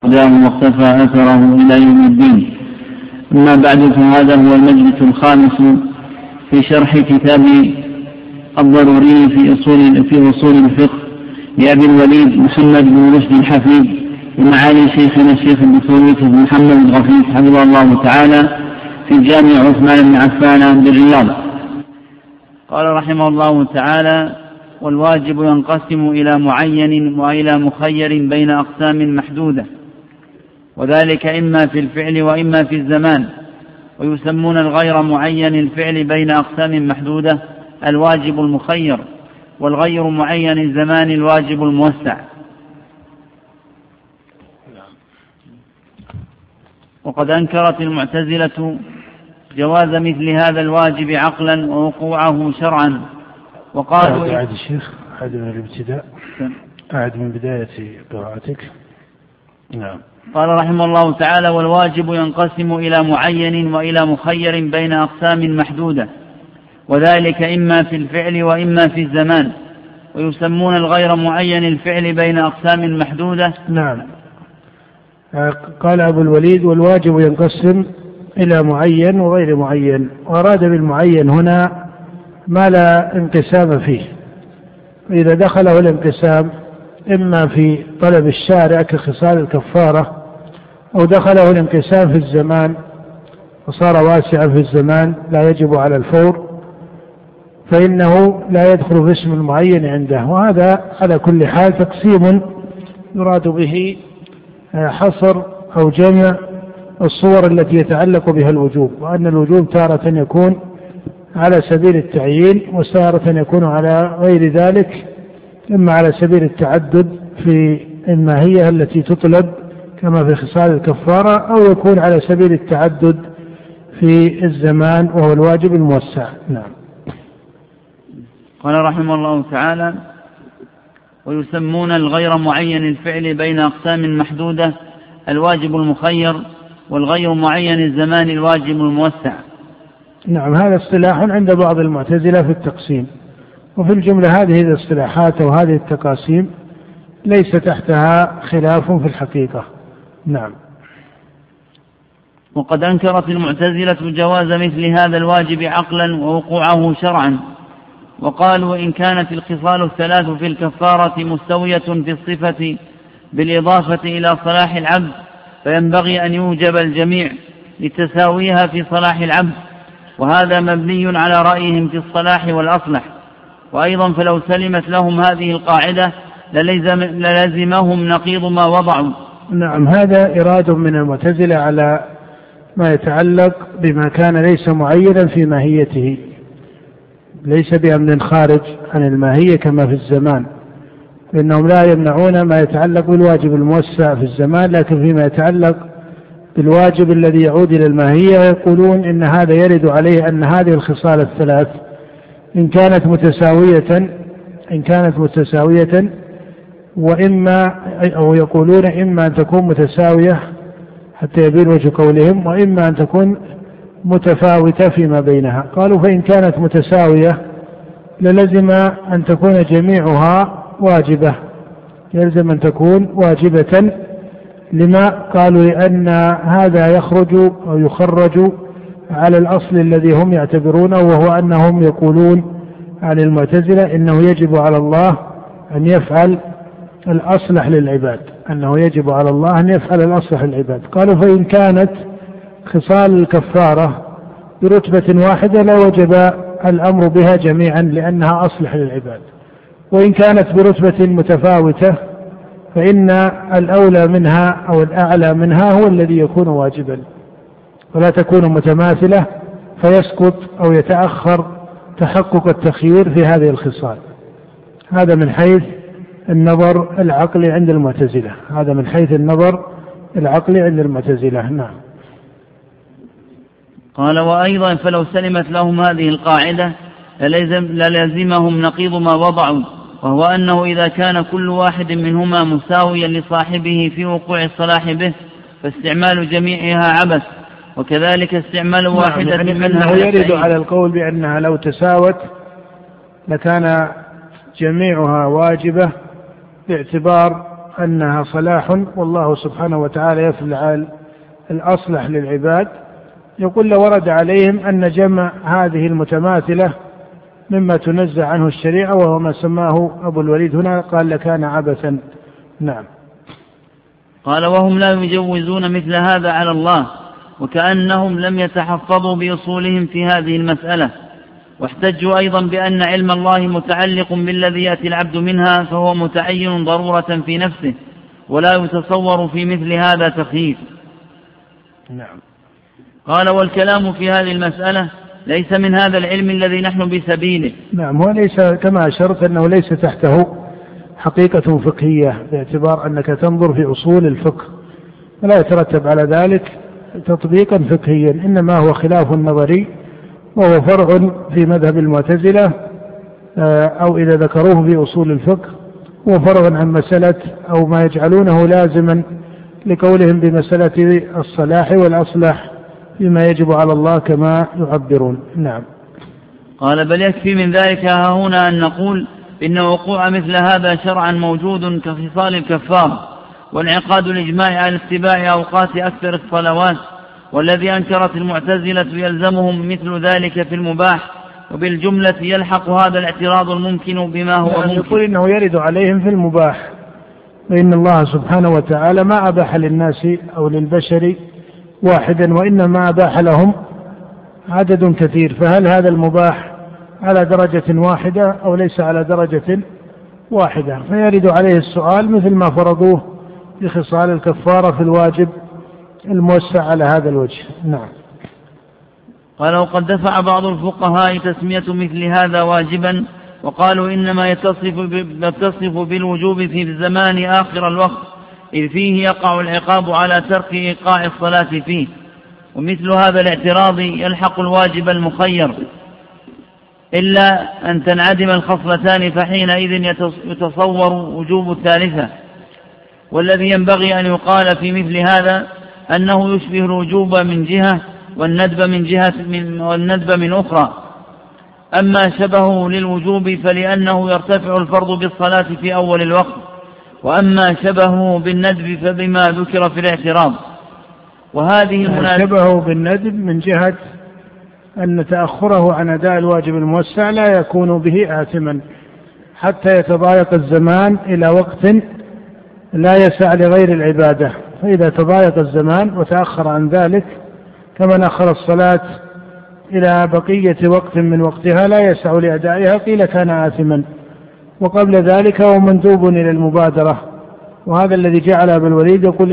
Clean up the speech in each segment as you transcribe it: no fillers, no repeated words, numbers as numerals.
واقتفى أثره إلى يوم الدين. أما بعد، فهذا هو المجلس الخامس في شرح كتاب الضروري في أصول الفقه لأبي الوليد محمد بن رشد الحفيد ومعالي شيخنا الشيخ الدكتور يوسف محمد الغفيف حفظه الله تعالى في جامع عثمان بن عفان بالرياض. قال رحمه الله تعالى: والواجب ينقسم إلى معين وإلى مخير بين أقسام محدودة، وذلك إما في الفعل وإما في الزمان، ويسمون الغير معين الفعل بين أقسام محدودة الواجب المخير، والغير معين الزمان الواجب الموسع. وقد أنكرت المعتزلة جواز مثل هذا الواجب عقلا ووقوعه شرعا، وقالوا أعد الشيخ، أعد من الابتداء، أعد من بداية قراءتك. نعم. قال رحمه الله تعالى: والواجب ينقسم إلى معين وإلى مخير بين أقسام محدودة، وذلك إما في الفعل وإما في الزمان، ويسمون الغير معين الفعل بين أقسام محدودة. نعم. قال أبو الوليد: والواجب ينقسم إلى معين وغير معين، وأراد بالمعين هنا ما لا انقسام فيه، إذا دخله الانقسام إما في طلب الشارع كخصال الكفارة، أو دخله الانقسام في الزمان وصار واسعا في الزمان لا يجب على الفور، فإنه لا يدخل في اسم المعين عنده. وهذا على كل حال تقسيم يراد به حصر أو جمع الصور التي يتعلق بها الوجوب، وأن الوجوب تارة يكون على سبيل التعيين وتارة يكون على غير ذلك، إما على سبيل التعدد في الماهية التي تطلب كما في خصال الكفارة، أو يكون على سبيل التعدد في الزمان وهو الواجب الموسع. نعم. قال رحمه الله تعالى: ويسمون الغير معين الفعل بين أقسام محدودة الواجب المخير، والغير معين الزمان الواجب الموسع. نعم. هذا اصطلاح عند بعض المعتزلة في التقسيم، وفي الجملة هذه الاصطلاحات وهذه التقاسيم ليس تحتها خلاف في الحقيقة. نعم. وقد أنكرت المعتزلة جواز مثل هذا الواجب عقلا ووقوعه شرعا، وقالوا: إن كانت الخصال الثلاث في الكفارة مستوية في الصفة بالإضافة إلى صلاح العبد، فينبغي أن يوجب الجميع لتساويها في صلاح العبد، وهذا مبني على رأيهم في الصلاح والأصلح. وأيضا فلو سلمت لهم هذه القاعدة للزمهم نقيض ما وضعوا. نعم. هذا إراد من المعتزلة على ما يتعلق بما كان ليس معينا في ماهيته، ليس بأمر خارج عن الماهية كما في الزمان، فإنهم لا يمنعون ما يتعلق بالواجب الموسع في الزمان، لكن فيما يتعلق بالواجب الذي يعود إلى الماهية يقولون إن هذا يرد عليه أن هذه الخصال الثلاث إن كانت متساوية وإما، أو يقولون إما أن تكون متساوية حتى يبين وجه قولهم، وإما أن تكون متفاوتة فيما بينها. قالوا: فإن كانت متساوية للزم أن تكون جميعها واجبة، يلزم أن تكون واجبة. لما قالوا؟ لأن هذا يخرج أو يخرج على الأصل الذي هم يعتبرونه، وهو أنهم يقولون عن المعتزلة إنه يجب على الله أن يفعل الأصلح للعباد، أنه يجب على الله أن يفعل الأصلح للعباد. قالوا: فإن كانت خصال الكفارة برتبة واحدة لوجب الأمر بها جميعا لأنها أصلح للعباد، وإن كانت برتبة متفاوتة فإن الأولى منها أو الأعلى منها هو الذي يكون واجبا، ولا تكون متماثلة فيسقط أو يتأخر تحقق التخيير في هذه الخصال. هذا من حيث النظر العقلي عند المعتزلة، هذا من حيث النظر العقلي عند المعتزلة. نعم. قال: وأيضا فلو سلمت لهم هذه القاعدة للزمهم نقيض ما وضعوا، وهو أنه إذا كان كل واحد منهما مساويا لصاحبه في وقوع الصلاح به فاستعمال جميعها عبث، وكذلك استعمال واحدة منها يرد على القول بأنها لو تساوت لكان جميعها واجبة باعتبار أنها صلاح والله سبحانه وتعالى يفعل الأصلح للعباد، يقول لو ورد عليهم أن جمع هذه المتماثلة مما تنزع عنه الشريعة، وهو ما سماه أبو الوليد هنا، قال لكان عبثا. نعم. قال وهم لا يجوزون مثل هذا على الله، وكأنهم لم يتحفظوا بأصولهم في هذه المسألة، واحتجوا أيضا بأن علم الله متعلق بالذي يأتي العبد منها، فهو متعين ضرورة في نفسه، ولا يتصور في مثل هذا تخييف. نعم. قال والكلام في هذه المسألة ليس من هذا العلم الذي نحن بسبيله. نعم، هو ليس كما أشرت أنه ليس تحته حقيقة فقهية، باعتبار أنك تنظر في أصول الفقه ولا يترتب على ذلك تطبيقا فقهيا، إنما هو خلاف نظري، وهو فرع في مذهب المعتزلة، أو إذا ذكروه في أصول الفقه هو فرع عن مسألة أو ما يجعلونه لازما لقولهم بمسألة الصلاح والأصلح بما يجب على الله كما يعبرون. نعم. قال بل يكفي من ذلك هنا أن نقول إن وقوع مثل هذا شرعا موجود كخصال الكفار، وانعقاد الإجماع على اتباع أوقات أكثر الصلوات، والذي أنكرت المعتزلة يلزمهم مثل ذلك في المباح، وبالجملة يلحق هذا الاعتراض الممكن بما هو ممكن. يقول إنه يرد عليهم في المباح، فإن الله سبحانه وتعالى ما أباح للناس أو للبشر واحدا، وإنما أباح لهم عدد كثير، فهل هذا المباح على درجة واحدة أو ليس على درجة واحدة؟ فيرد عليه السؤال مثل ما فرضوه بخصال الكفارة في الواجب الموسع على هذا الوجه. نعم. قال وقد دفع بعض الفقهاء تسمية مثل هذا واجبا، وقالوا إنما يتصف بالوجوب في الزمان آخر الوقت، إذ فيه يقع العقاب على ترك إيقاع الصلاة فيه، ومثل هذا الاعتراض يلحق الواجب المخير، إلا أن تنعدم الخصلتان، فحينئذ يتصور وجوب الثالثة. والذي ينبغي أن يقال في مثل هذا أنه يشبه الوجوب من جهة والندب من أخرى. أما شبهه للوجوب فلأنه يرتفع الفرض بالصلاة في أول الوقت، وأما شبهه بالندب فبما ذكر في الاعتراض. وهذه شبهه بالندب من جهة أن تأخره عن أداء الواجب الموسع لا يكون به آثما حتى يتضايق الزمان إلى وقت لا يسع لغير العبادة، فإذا تضايق الزمان وتأخر عن ذلك كمن أخر الصلاة إلى بقية وقت من وقتها لا يسع لأدائها قيل كان آثما، وقبل ذلك هو مندوب إلى المبادرة. وهذا الذي جعل أبو الوليد يقول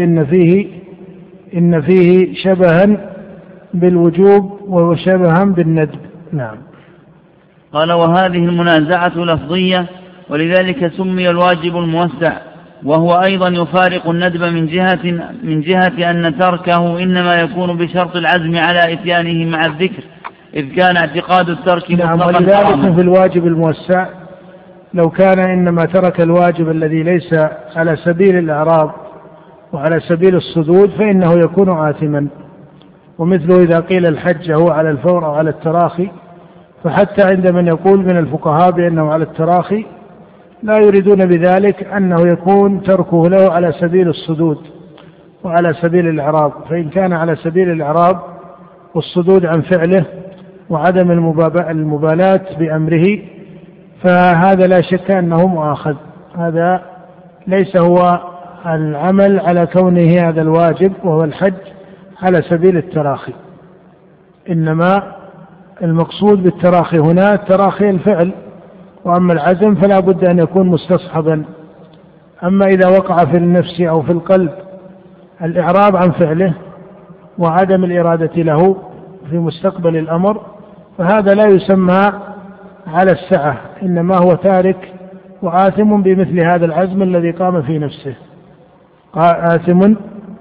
إن فيه شبها بالوجوب وشبها بالندب. نعم. قال وهذه المنازعة لفظية، ولذلك سمي الواجب الموسع، وهو أيضا يفارق الندب من جهة أن تركه إنما يكون بشرط العزم على إتيانه مع الذكر، إذ كان اعتقاد الترك مطلقا. ولذلك في الواجب الموسع لو كان إنما ترك الواجب الذي ليس على سبيل الإعراض وعلى سبيل الصدود فإنه يكون آثما. ومثله إذا قيل الحج هو على الفور أو على التراخي، فحتى عند من يقول من الفقهاء بأنه على التراخي لا يريدون بذلك أنه يكون تركه له على سبيل الصدود وعلى سبيل الإعراض، فإن كان على سبيل الإعراض والصدود عن فعله وعدم المبالاة بأمره فهذا لا شك أنه مؤاخذ. هذا ليس هو العمل على كونه هذا الواجب وهو الحج على سبيل التراخي، إنما المقصود بالتراخي هنا تراخي الفعل، وأما العزم فلا بد أن يكون مستصحبا. أما إذا وقع في النفس أو في القلب الإعراض عن فعله وعدم الإرادة له في مستقبل الأمر فهذا لا يسمى على السعة، إنما هو تارك وآثم بمثل هذا العزم الذي قام في نفسه، آثم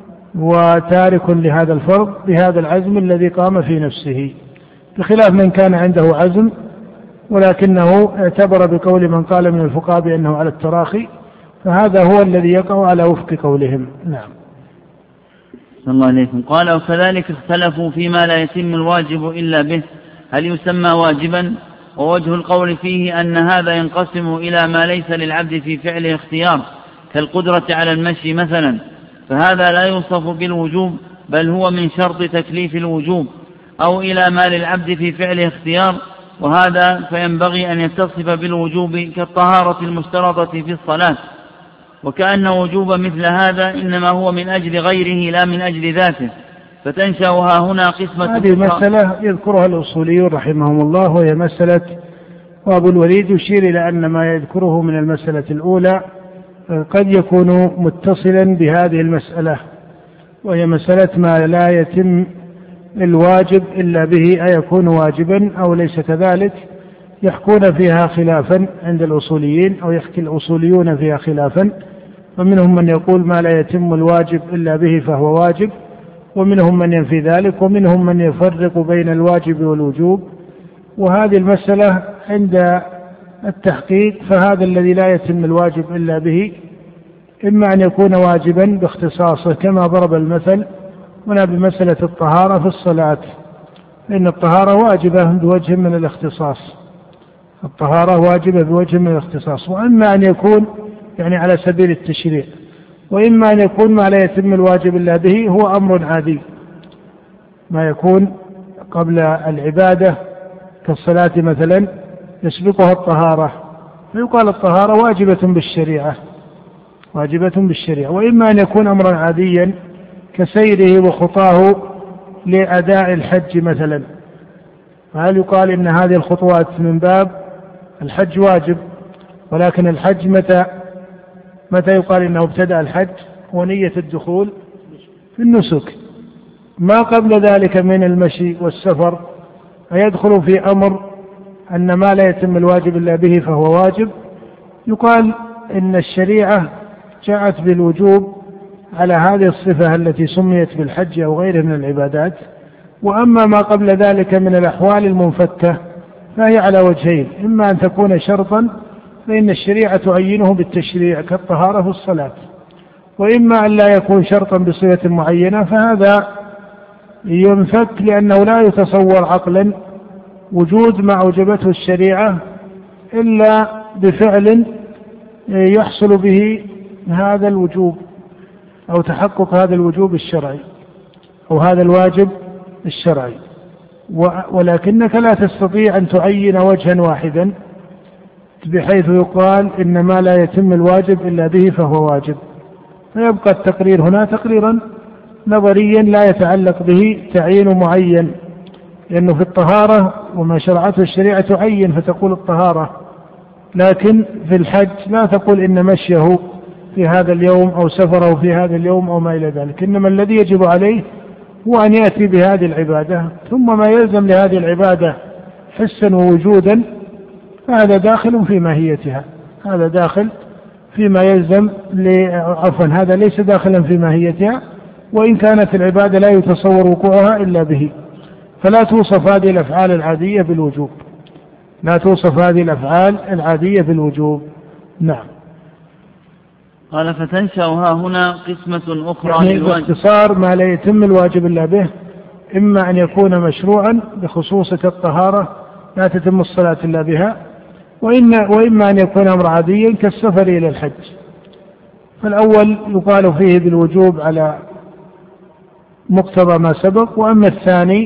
وتارك لهذا الفرض بهذا العزم الذي قام في نفسه، بخلاف من كان عنده عزم ولكنه اعتبر بقول من قال من الفقهاء بأنه على التراخي، فهذا هو الذي يقع على وفق قولهم. نعم. صلى الله عليكم. قال وكذلك اختلفوا فيما لا يتم الواجب إلا به، هل يسمى واجبا؟ ووجه القول فيه أن هذا ينقسم إلى ما ليس للعبد في فعله اختيار كالقدرة على المشي مثلا، فهذا لا يوصف بالوجوب بل هو من شرط تكليف الوجوب، أو إلى ما للعبد في فعله اختيار، وهذا فينبغي أن يتصف بالوجوب كالطهارة المشترطة في الصلاة. وكأن وجوب مثل هذا إنما هو من أجل غيره لا من أجل ذاته، فتنشأ هنا قسمة. هذه مسألة يذكرها الأصوليون رحمهم الله، وهي مسألة، وأبو الوليد يشير إلى أن ما يذكره من المسألة الأولى قد يكون متصلا بهذه المسألة، وهي مسألة ما لا يتم الواجب إلا به، أيكون واجبا أو ليس كذلك. يحكون فيها خلافا عند الأصوليين، أو يحكي الأصوليون فيها خلافا، فمنهم من يقول ما لا يتم الواجب إلا به فهو واجب، ومنهم من ينفي ذلك، ومنهم من يفرق بين الواجب والوجوب. وهذه المسألة عند التحقيق فهذا الذي لا يتم الواجب إلا به إما أن يكون واجبا باختصاصه كما ضرب المثل هنا بمسألة الطهارة في الصلاة، إن الطهارة واجبة بوجه من الاختصاص، الطهارة واجبة بوجه من الاختصاص، وإما أن يكون يعني على سبيل التشريع، وإما أن يكون ما لا يتم الواجب إلا به هو أمر عادي، ما يكون قبل العبادة كالصلاة مثلا يسبقها الطهارة، فيقال الطهارة واجبة بالشريعة، واجبة بالشريعة. وإما أن يكون أمرا عاديا كسيره وخطاه لأداء الحج مثلا، فهل يقال إن هذه الخطوات من باب الحج واجب؟ ولكن الحج متى يقال إنه ابتدأ الحج؟ ونية الدخول في النسك، ما قبل ذلك من المشي والسفر فيدخل في أمر أن ما لا يتم الواجب إلا به فهو واجب. يقال إن الشريعة جاءت بالوجوب على هذه الصفة التي سميت بالحج أو غيره من العبادات. وأما ما قبل ذلك من الأحوال المنفكة فهي على وجهين، إما أن تكون شرطا فإن الشريعة تعينه بالتشريع كالطهارة في الصلاة، وإما أن لا يكون شرطا بصفة معينة فهذا ينفك، لأنه لا يتصور عقلا وجود ما أوجبته الشريعة إلا بفعل يحصل به هذا الوجوب أو تحقق هذا الوجوب الشرعي أو هذا الواجب الشرعي، ولكنك لا تستطيع أن تعين وجها واحدا بحيث يقال إن ما لا يتم الواجب إلا به فهو واجب، فيبقى التقرير هنا تقريرا نظريا لا يتعلق به تعيين معين، لأنه في الطهارة وما شرعته الشريعة تعين فتقول الطهارة، لكن في الحج لا تقول إن مشيه في هذا اليوم أو سفره في هذا اليوم أو ما إلى ذلك، إنما الذي يجب عليه هو أن يأتي بهذه العبادة، ثم ما يلزم لهذه العبادة حسا ووجودا فهذا داخل في ماهيتها، هذا داخل فيما يلزم هذا ليس داخلا في ماهيتها، وإن كانت العبادة لا يتصور وقوعها إلا به، فلا توصف هذه الأفعال العادية بالوجوب، لا توصف هذه الأفعال العادية بالوجوب. نعم. قال فتنشأ هنا قسمة أخرى يعني باختصار ما لا يتم الواجب إلا به إما أن يكون مشروعا بخصوص الطهارة لا تتم الصلاة إلا بها، وإما أن يكون أمر عاديا كالسفر إلى الحج، فالأول يقال فيه بالوجوب على مقتضى ما سبق، وأما الثاني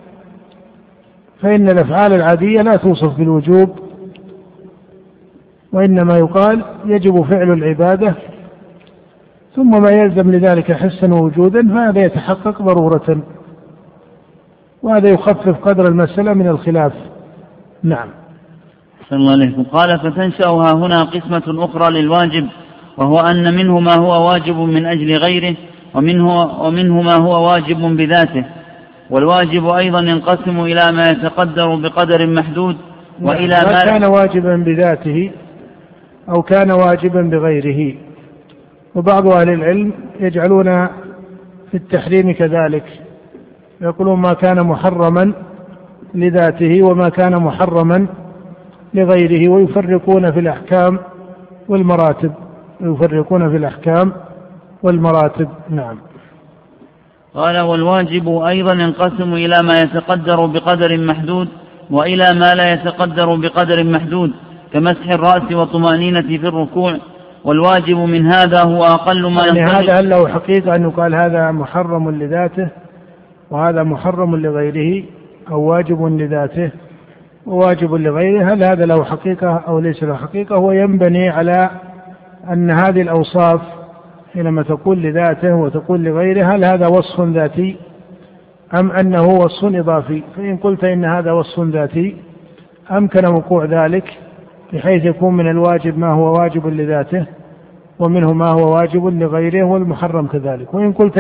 فإن الأفعال العادية لا توصف بالوجوب، وإنما يقال يجب فعل العبادة ثم ما يلزم لذلك حسا ووجودا، فهذا يتحقق ضرورة، وهذا يخفف قدر المسألة من الخلاف. نعم. صلى الله عليه وسلم. قال فتنشأ هنا قسمة أخرى للواجب، وهو أن منه ما هو واجب من أجل غيره، ومنه ما هو واجب بذاته. والواجب أيضا ينقسم إلى ما يتقدر بقدر محدود وإلى ما كان واجبا بذاته أو كان واجبا بغيره. وبعض أهل العلم يجعلون في التحريم كذلك، يقولون ما كان محرما لذاته وما كان محرما لغيره، ويفرقون في الأحكام والمراتب، نعم. قال والواجب أيضا ينقسم إلى ما يتقدر بقدر محدود وإلى ما لا يتقدر بقدر محدود، كمسح الرأس وطمأنينة في الركوع، والواجب من هذا هو أقل ما يعني هذا هل له حقيقة أن يقال هذا محرم لذاته وهذا محرم لغيره، أو واجب لذاته وواجب لغيره؟ هل هذا له حقيقة أو ليس له حقيقة؟ هو ينبني على أن هذه الأوصاف حينما تقول لذاته وتقول لغيره هل هذا وصف ذاتي أم أنه وصف إضافي؟ فإن قلت إن هذا وصف ذاتي أمكن وقوع ذلك بحيث يكون من الواجب ما هو واجب لذاته ومنه ما هو واجب لغيره والمحرم كذلك. وإن قلت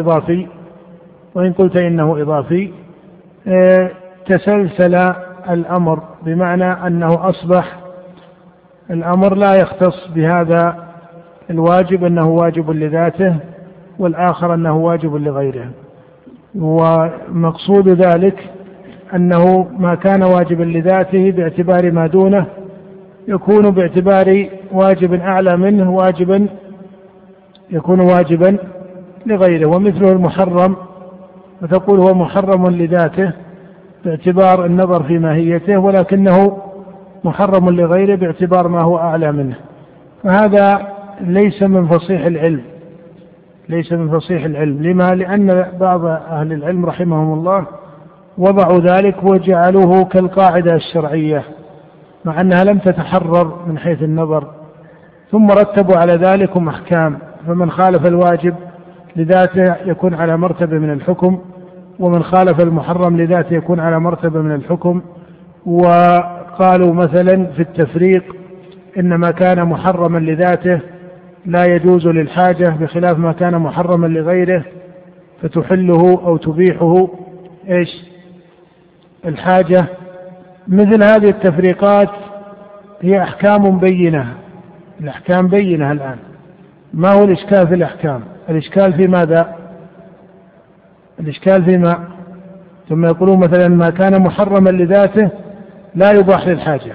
إنه إضافي تسلسل الأمر، بمعنى أنه أصبح الأمر لا يختص بهذا الواجب أنه واجب لذاته والآخر أنه واجب لغيره. ومقصود ذلك أنه ما كان واجبا لذاته باعتبار ما دونه يكون باعتبار واجب أعلى منه يكون واجبا لغيره. ومثله المحرم، فتقول هو محرم لذاته باعتبار النظر في ماهيته ولكنه محرم لغيره باعتبار ما هو أعلى منه. فهذا ليس من فصيح العلم. لما؟ لأن بعض أهل العلم رحمهم الله وضعوا ذلك وجعلوه كالقاعدة الشرعية مع أنها لم تتحرر من حيث النظر، ثم رتبوا على ذلك أحكام، فمن خالف الواجب لذاته يكون على مرتبة من الحكم، ومن خالف المحرم لذاته يكون على مرتبة من الحكم. وقالوا مثلا في التفريق إن ما كان محرما لذاته لا يجوز للحاجة بخلاف ما كان محرما لغيره فتحله أو تبيحه الحاجة. مثل هذه التفريقات هي أحكام بينة، الأحكام بينة الآن. ما هو الإشكال في الأحكام؟ الإشكال في ماذا؟ الإشكال فيما ثم يقولون مثلا ما كان محرما لذاته لا يباح للحاجة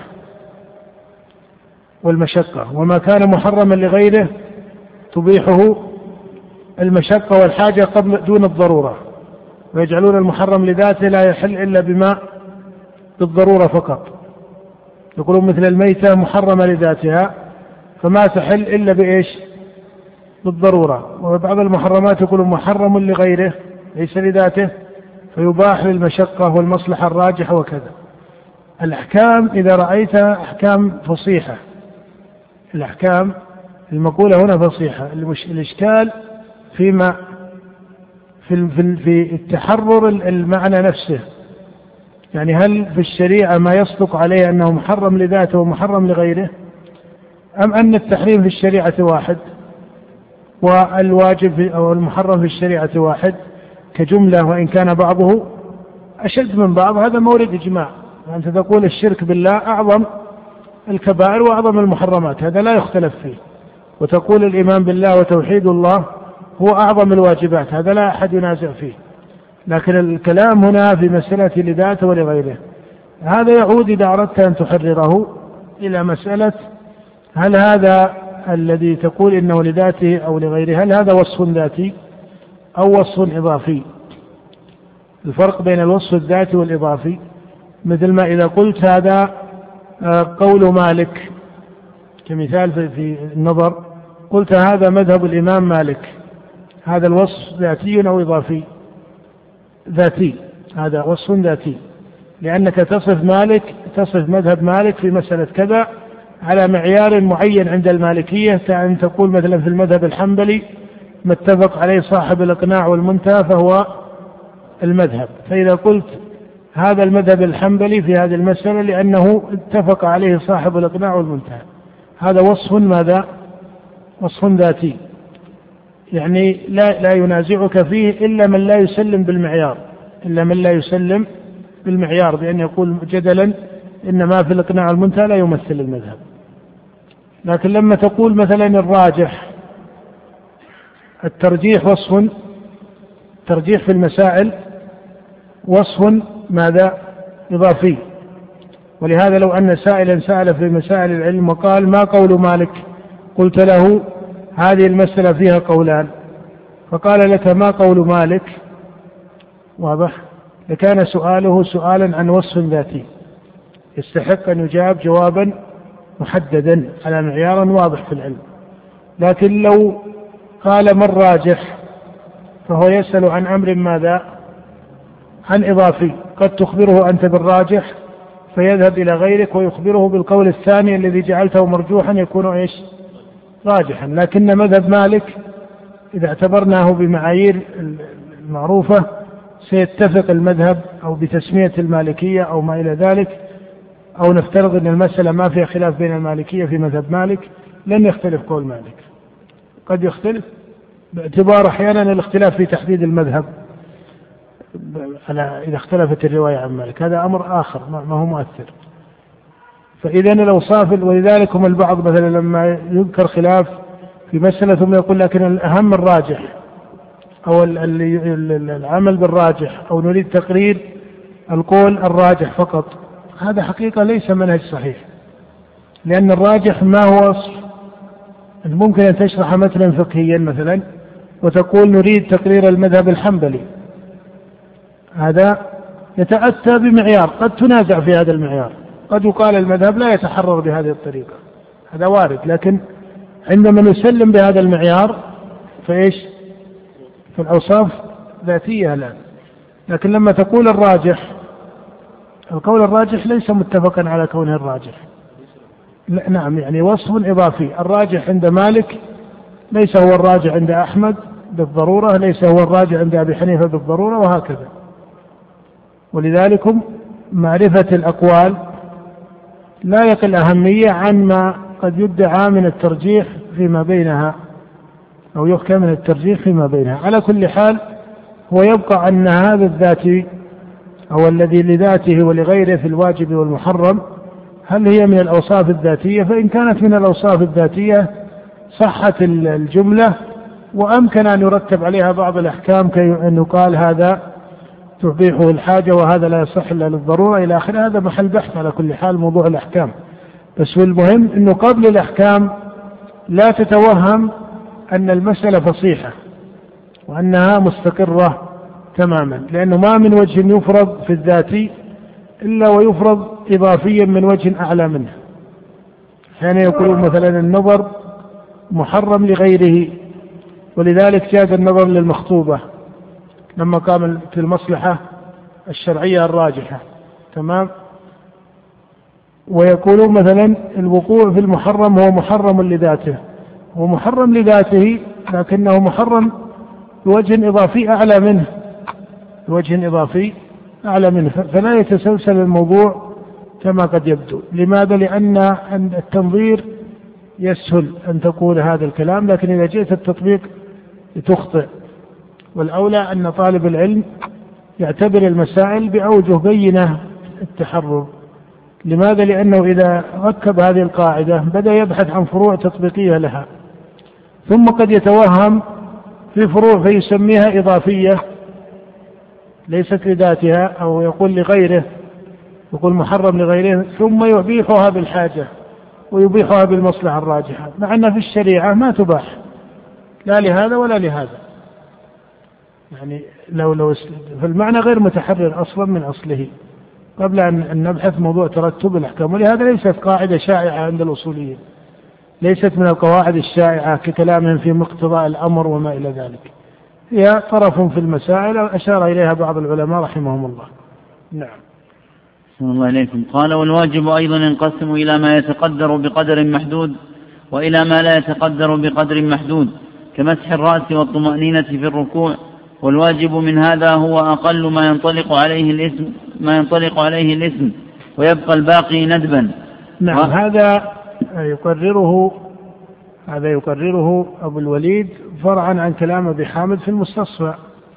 والمشقة، وما كان محرما لغيره تبيحه المشقة والحاجة قبل دون الضرورة، ويجعلون المحرم لذاته لا يحل إلا بما بالضرورة فقط. يقولون مثل الميتة محرمة لذاتها فما تحل إلا بالضرورة. وبعض المحرمات يقولون محرم لغيره ليس لذاته فيباح للمشقة والمصلحة الراجحة وكذا. الأحكام إذا رأيتها أحكام فصيحة، الأحكام المقولة هنا فصيحة. الإشكال فيما في التحرر المعنى نفسه، يعني هل في الشريعة ما يصدق عليه أنه محرم لذاته ومحرم لغيره، أم أن التحريم في الشريعة واحد والواجب أو المحرم في الشريعة واحد كجملة وإن كان بعضه أشد من بعض؟ هذا مورد إجماع. أنت تقول الشرك بالله أعظم الكبائر وأعظم المحرمات، هذا لا يختلف فيه. وتقول الإيمان بالله وتوحيد الله هو أعظم الواجبات، هذا لا أحد ينازع فيه. لكن الكلام هنا في مسألة لذاته ولغيره، هذا يعود إذا أردت أن تحرره إلى مسألة هل هذا الذي تقول إنه لذاته أو لغيره هل هذا وصف ذاتي أو وصف إضافي؟ الفرق بين الوصف الذاتي والإضافي مثل ما إذا قلت هذا قول مالك كمثال في النظر، قلت هذا مذهب الإمام مالك، هذا الوصف ذاتي أو إضافي؟ ذاتي، هذا وصف ذاتي، لأنك تصف مذهب مالك في مسألة كذا على معيار معين عند المالكية، كأن تقول مثلا في المذهب الحنبلي ما اتفق عليه صاحب الإقناع والمنتهى فهو المذهب. فإذا قلت هذا المذهب الحنبلي في هذه المسألة لأنه اتفق عليه صاحب الإقناع والمنتهى، هذا وصف ماذا؟ وصف ذاتي، يعني لا ينازعك فيه إلا من لا يسلم بالمعيار، بأن يقول جدلا إن ما في الإقناع والمنتهى لا يمثل المذهب. لكن لما تقول مثلا الراجح، الترجيح وصف، ترجيح في المسائل وصف ماذا؟ إضافي. ولهذا لو أن سائلا سأل في مسائل العلم وقال ما قول مالك، قلت له هذه المسألة فيها قولان، فقال لك ما قول مالك، واضح؟ لكان سؤاله سؤالا عن وصف ذاتي يستحق أن يجاب جوابا محددا على معيار واضح في العلم. لكن لو قال ما الراجح فهو يسأل عن أمر ماذا؟ عن إضافي، قد تخبره أنت بالراجح فيذهب إلى غيرك ويخبره بالقول الثاني الذي جعلته مرجوحا يكون إيش؟ راجحا. لكن مذهب مالك إذا اعتبرناه بمعايير المعروفة سيتفق المذهب، أو بتسمية المالكية أو ما إلى ذلك، أو نفترض أن المسألة ما فيها خلاف بين المالكية في مذهب مالك، لن يختلف قول مالك. قد يختلف باعتبار أحيانا الاختلاف في تحديد المذهب إذا اختلفت الرواية عن مالك، هذا أمر آخر ما هو مؤثر. فإذا الأوصاف، ولذلك هم البعض مثلا لما يذكر خلاف في مسألة ثم يقول لكن الأهم الراجح أو العمل بالراجح أو نريد تقرير القول الراجح فقط، هذا حقيقة ليس منهج صحيح، لأن الراجح ما هو أصل. ممكن أن تشرح مثلا فقهيا مثلا وتقول نريد تقرير المذهب الحنبلي، هذا يتأتى بمعيار قد تنازع في هذا المعيار، قد يقال المذهب لا يتحرر بهذه الطريقة، هذا وارد. لكن عندما نسلم بهذا المعيار فإيش؟ في الأوصاف ذاتية الآن. لكن لما تقول الراجح، القول الراجح ليس متفقا على كونه الراجح، نعم، يعني وصف إضافي. الراجح عند مالك ليس هو الراجح عند أحمد بالضرورة، ليس هو الراجح عند أبي حنيفة بالضرورة، وهكذا. ولذلك معرفة الأقوال لا يقل أهمية عن ما قد يدعى من الترجيح فيما بينها أو يحكى من الترجيح فيما بينها. على كل حال هو يبقى أن هذا الذاتي أو الذي لذاته ولغيره في الواجب والمحرم هل هي من الأوصاف الذاتية؟ فإن كانت من الأوصاف الذاتية صحت الجملة وأمكن أن يرتب عليها بعض الأحكام كأن يقال هذا تبيحه الحاجة وهذا لا يصح إلا للضرورة إلى آخره. هذا محل بحث على كل حال موضوع الأحكام، بس المهم أنه قبل الأحكام لا تتوهم أن المسألة فصيحة وأنها مستقرة تماما، لأنه ما من وجه يفرض في الذاتي إلا ويفرض إضافيا من وجه أعلى منه. يعني يقولون مثلا النظر محرم لغيره، ولذلك جاز النظر للمخطوبة لما قام في المصلحة الشرعية الراجحة، تمام. ويقولون مثلا الوقوع في المحرم هو محرم لذاته، هو محرم لذاته لكنه محرم بوجه إضافي أعلى منه، بوجه إضافي أعلى منه، فلا يتسلسل الموضوع كما قد يبدو. لماذا؟ لأن التنظير يسهل أن تقول هذا الكلام، لكن إذا جئت التطبيق تخطئ. والأولى أن طالب العلم يعتبر المسائل بأوجه بينة التحرر. لماذا؟ لأنه إذا ركب هذه القاعدة بدأ يبحث عن فروع تطبيقية لها، ثم قد يتوهم في فروع فيسميها إضافية ليست لذاتها، أو يقول لغيره، يقول محرم لغيره، ثم يبيحها بالحاجة ويبيحها بالمصلحة الراجحة، مع أن في الشريعة ما تباح لا لهذا ولا لهذا. يعني لو فالمعنى غير متحرر أصلا من أصله قبل أن نبحث موضوع ترتب الأحكام. ولهذا ليست قاعدة شائعة عند الأصوليين، ليست من القواعد الشائعة ككلامهم في مقتضى الأمر وما إلى ذلك، هي طرف في المسائل أشار إليها بعض العلماء رحمهم الله. نعم. صلى الله عليكم. قال والواجب أيضا ينقسم إلى ما يتقدر بقدر محدود وإلى ما لا يتقدر بقدر محدود، كمسح الرأس والطمأنينة في الركوع. والواجب من هذا هو أقل ما ينطلق عليه الاسم ويبقى الباقي ندبا. نعم. هذا يقرره أبو الوليد فرعا عن كلام أبي حامد في المستصفى،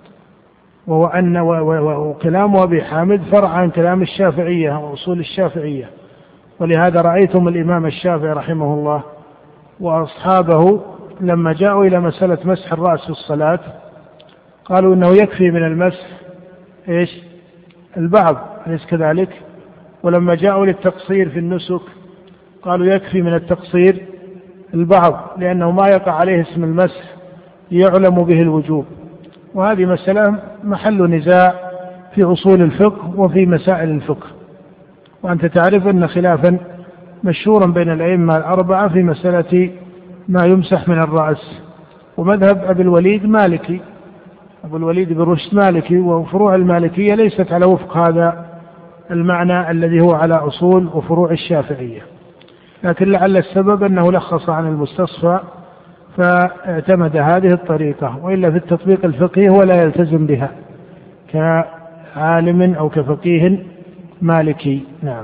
وكلام أبي حامد فرع عن كلام الشافعية وأصول الشافعية. ولهذا رأيتم الإمام الشافعي رحمه الله وأصحابه لما جاءوا إلى مسألة مسح الرأس في الصلاة قالوا إنه يكفي من المسح البعض، أليس كذلك؟ ولما جاءوا للتقصير في النسك قالوا يكفي من التقصير البعض، لأنه ما يقع عليه اسم المسح يعلم به الوجوب. وهذه مسألة محل نزاع في أصول الفقه وفي مسائل الفقه، وأنت تعرف أن خلافا مشهورا بين الأئمة الأربعة في مسألة ما يمسح من الرأس. ومذهب أبي الوليد مالكي، أبو الوليد بن رشد مالكي، وفروع المالكية ليست على وفق هذا المعنى الذي هو على أصول وفروع الشافعية، لكن لعل السبب أنه لخص عن المستصفى فاعتمد هذه الطريقة، وإلا في التطبيق الفقهي هو لا يلتزم بها كعالم أو كفقيه مالكي. نعم.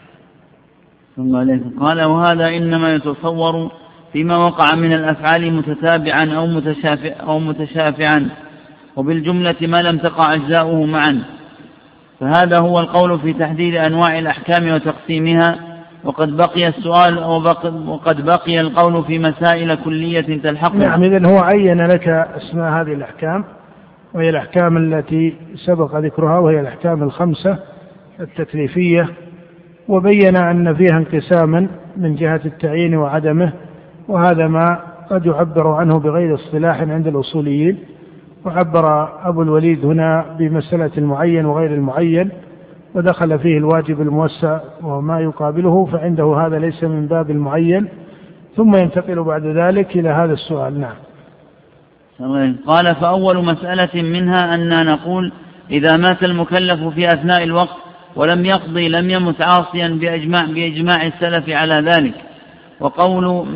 قال وهذا إنما يتصور فيما وقع من الأفعال متتابعا أو متشافعا، وبالجملة ما لم تقع أجزاؤه معا، فهذا هو القول في تحديد أنواع الأحكام وتقسيمها. وقد بقي السؤال وقد بقي القول في مسائل كلية تلحقها. نعم، إذن هو عين لك اسماء هذه الأحكام، وهي الأحكام التي سبق ذكرها، وهي الأحكام الخمسة التكليفية، وبين أن فيها انقساما من جهة التعيين وعدمه، وهذا ما قد يعبر عنه بغير اصطلاح عند الأصوليين. وعبر أبو الوليد هنا بمسألة المعين وغير المعين، ودخل فيه الواجب الموسع وما يقابله، فعنده هذا ليس من باب المعين، ثم ينتقل بعد ذلك إلى هذا السؤال. نعم. قال فأول مسألة منها أن نقول إذا مات المكلف في أثناء الوقت ولم يقضي لم يمت عاصيا بإجماع السلف على ذلك. وقول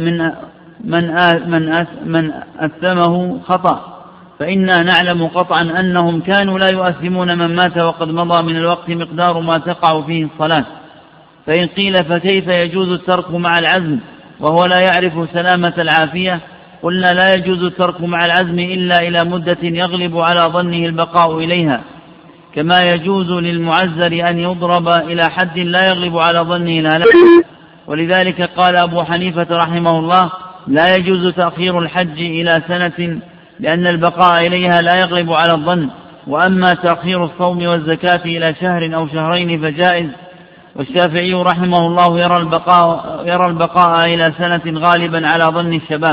من أثمه خطأ، فإنا نعلم قطعا أنهم كانوا لا يؤثمون من مات وقد مضى من الوقت مقدار ما تقع فيه الصلاة. فإن قيل فكيف يجوز الترك مع العزم وهو لا يعرف سلامة العافية؟ قلنا لا يجوز الترك مع العزم إلا إلى مدة يغلب على ظنه البقاء إليها، كما يجوز للمعزر أن يضرب إلى حد لا يغلب على ظنه الهلاك. ولذلك قال أبو حنيفة رحمه الله لا يجوز تأخير الحج إلى سنة لأن البقاء إليها لا يغلب على الظن. وأما تأخير الصوم والزكاة إلى شهر أو شهرين فجائز. والشافعي رحمه الله يرى البقاء إلى سنة غالبا على ظن الشباب.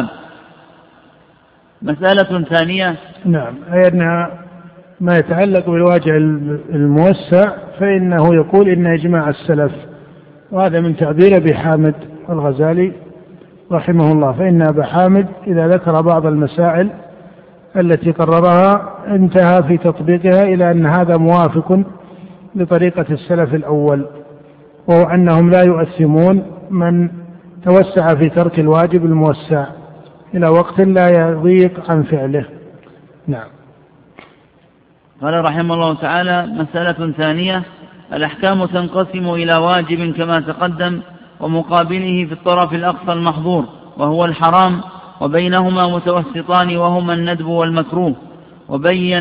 مسألة ثانية. نعم، أن ما يتعلق بالواجع الموسع فإنه يقول إن إجماع السلف، وهذا من تعبير أبي حامد الغزالي رحمه الله، فإن أبا حامد إذا ذكر بعض المسائل التي قررها انتهى في تطبيقها إلى أن هذا موافق لطريقة السلف الأول، وهو أنهم لا يؤثمون من توسع في ترك الواجب الموسع إلى وقت لا يضيق عن فعله. نعم. قال رحمه الله تعالى مسألة ثانية. الأحكام تنقسم إلى واجب كما تقدم ومقابله في الطرف الأقصى المحظور وهو الحرام، وبينهما متوسطان وهما الندب والمكروه. وبين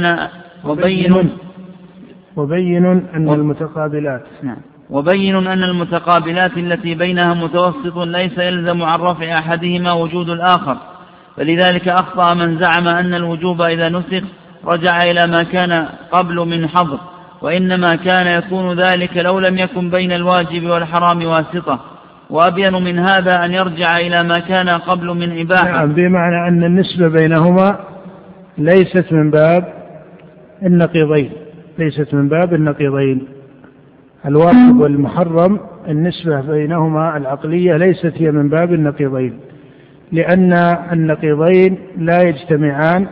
أن المتقابلات التي بينها متوسط ليس يلزم عن رفع أحدهما وجود الآخر، فلذلك أخطأ من زعم أن الوجوب إذا نسخ رجع إلى ما كان قبل من حظر، وإنما كان يكون ذلك لو لم يكن بين الواجب والحرام واسطة. وأبين من هذا أن يرجع إلى ما كان قبل من إباحة. نعم، بمعنى أن النسبة بينهما ليست من باب النقيضين، الواجب والمحرم النسبة بينهما العقلية ليست هي من باب النقيضين، لأن النقيضين لا يجتمعان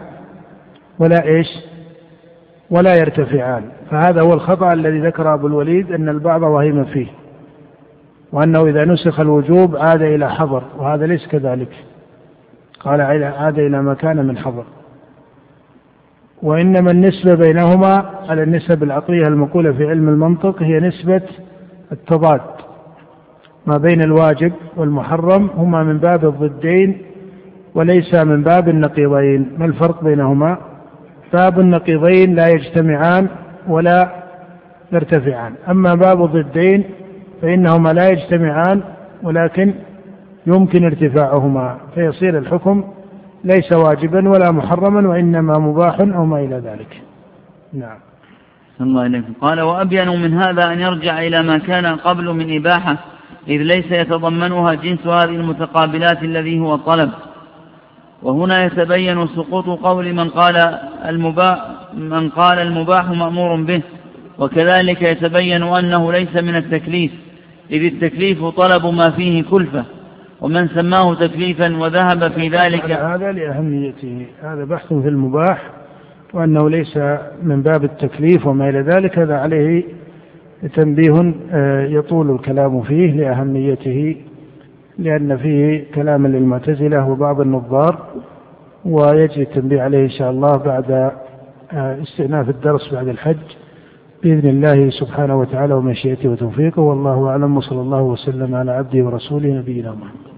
ولا يرتفعان. فهذا هو الخطأ الذي ذكر أبو الوليد، أن البعض وهم فيه، وأنه إذا نسخ الوجوب عاد إلى حظر، وهذا ليس كذلك، قال عاد إلى ما كان من حظر. وإنما النسبة بينهما على النسب العقلية المقولة في علم المنطق هي نسبة التضاد ما بين الواجب والمحرم، هما من باب الضدين وليس من باب النقيضين. ما الفرق بينهما؟ باب النقيضين لا يجتمعان ولا يرتفعان، أما باب الضدين فإنهما لا يجتمعان ولكن يمكن ارتفاعهما، فيصير الحكم ليس واجبا ولا محرما وإنما مباح أو ما إلى ذلك. نعم. الله عليكم. قال وأبين من هذا أن يرجع إلى ما كان قبل من إباحة، إذ ليس يتضمنها جنس هذه المتقابلات الذي هو الطلب. وهنا يتبين سقوط قول من قال المباح مأمور به، وكذلك يتبين أنه ليس من التكليف، إذ التكليف طلب ما فيه كلفة، ومن سماه تكليفا وذهب في ذلك. هذا لأهميته، هذا بحث في المباح، وأنه ليس من باب التكليف وما إلى ذلك، هذا عليه تنبيه يطول الكلام فيه لأهميته، لأن فيه كلام للمعتزلة وبعض النظار، ويجري التنبيه عليه إن شاء الله بعد استئناف الدرس بعد الحج بإذن الله سبحانه وتعالى ومشيئته وتوفيقه. والله أعلم، وصلى الله وسلم على عبده ورسوله نبينا محمد.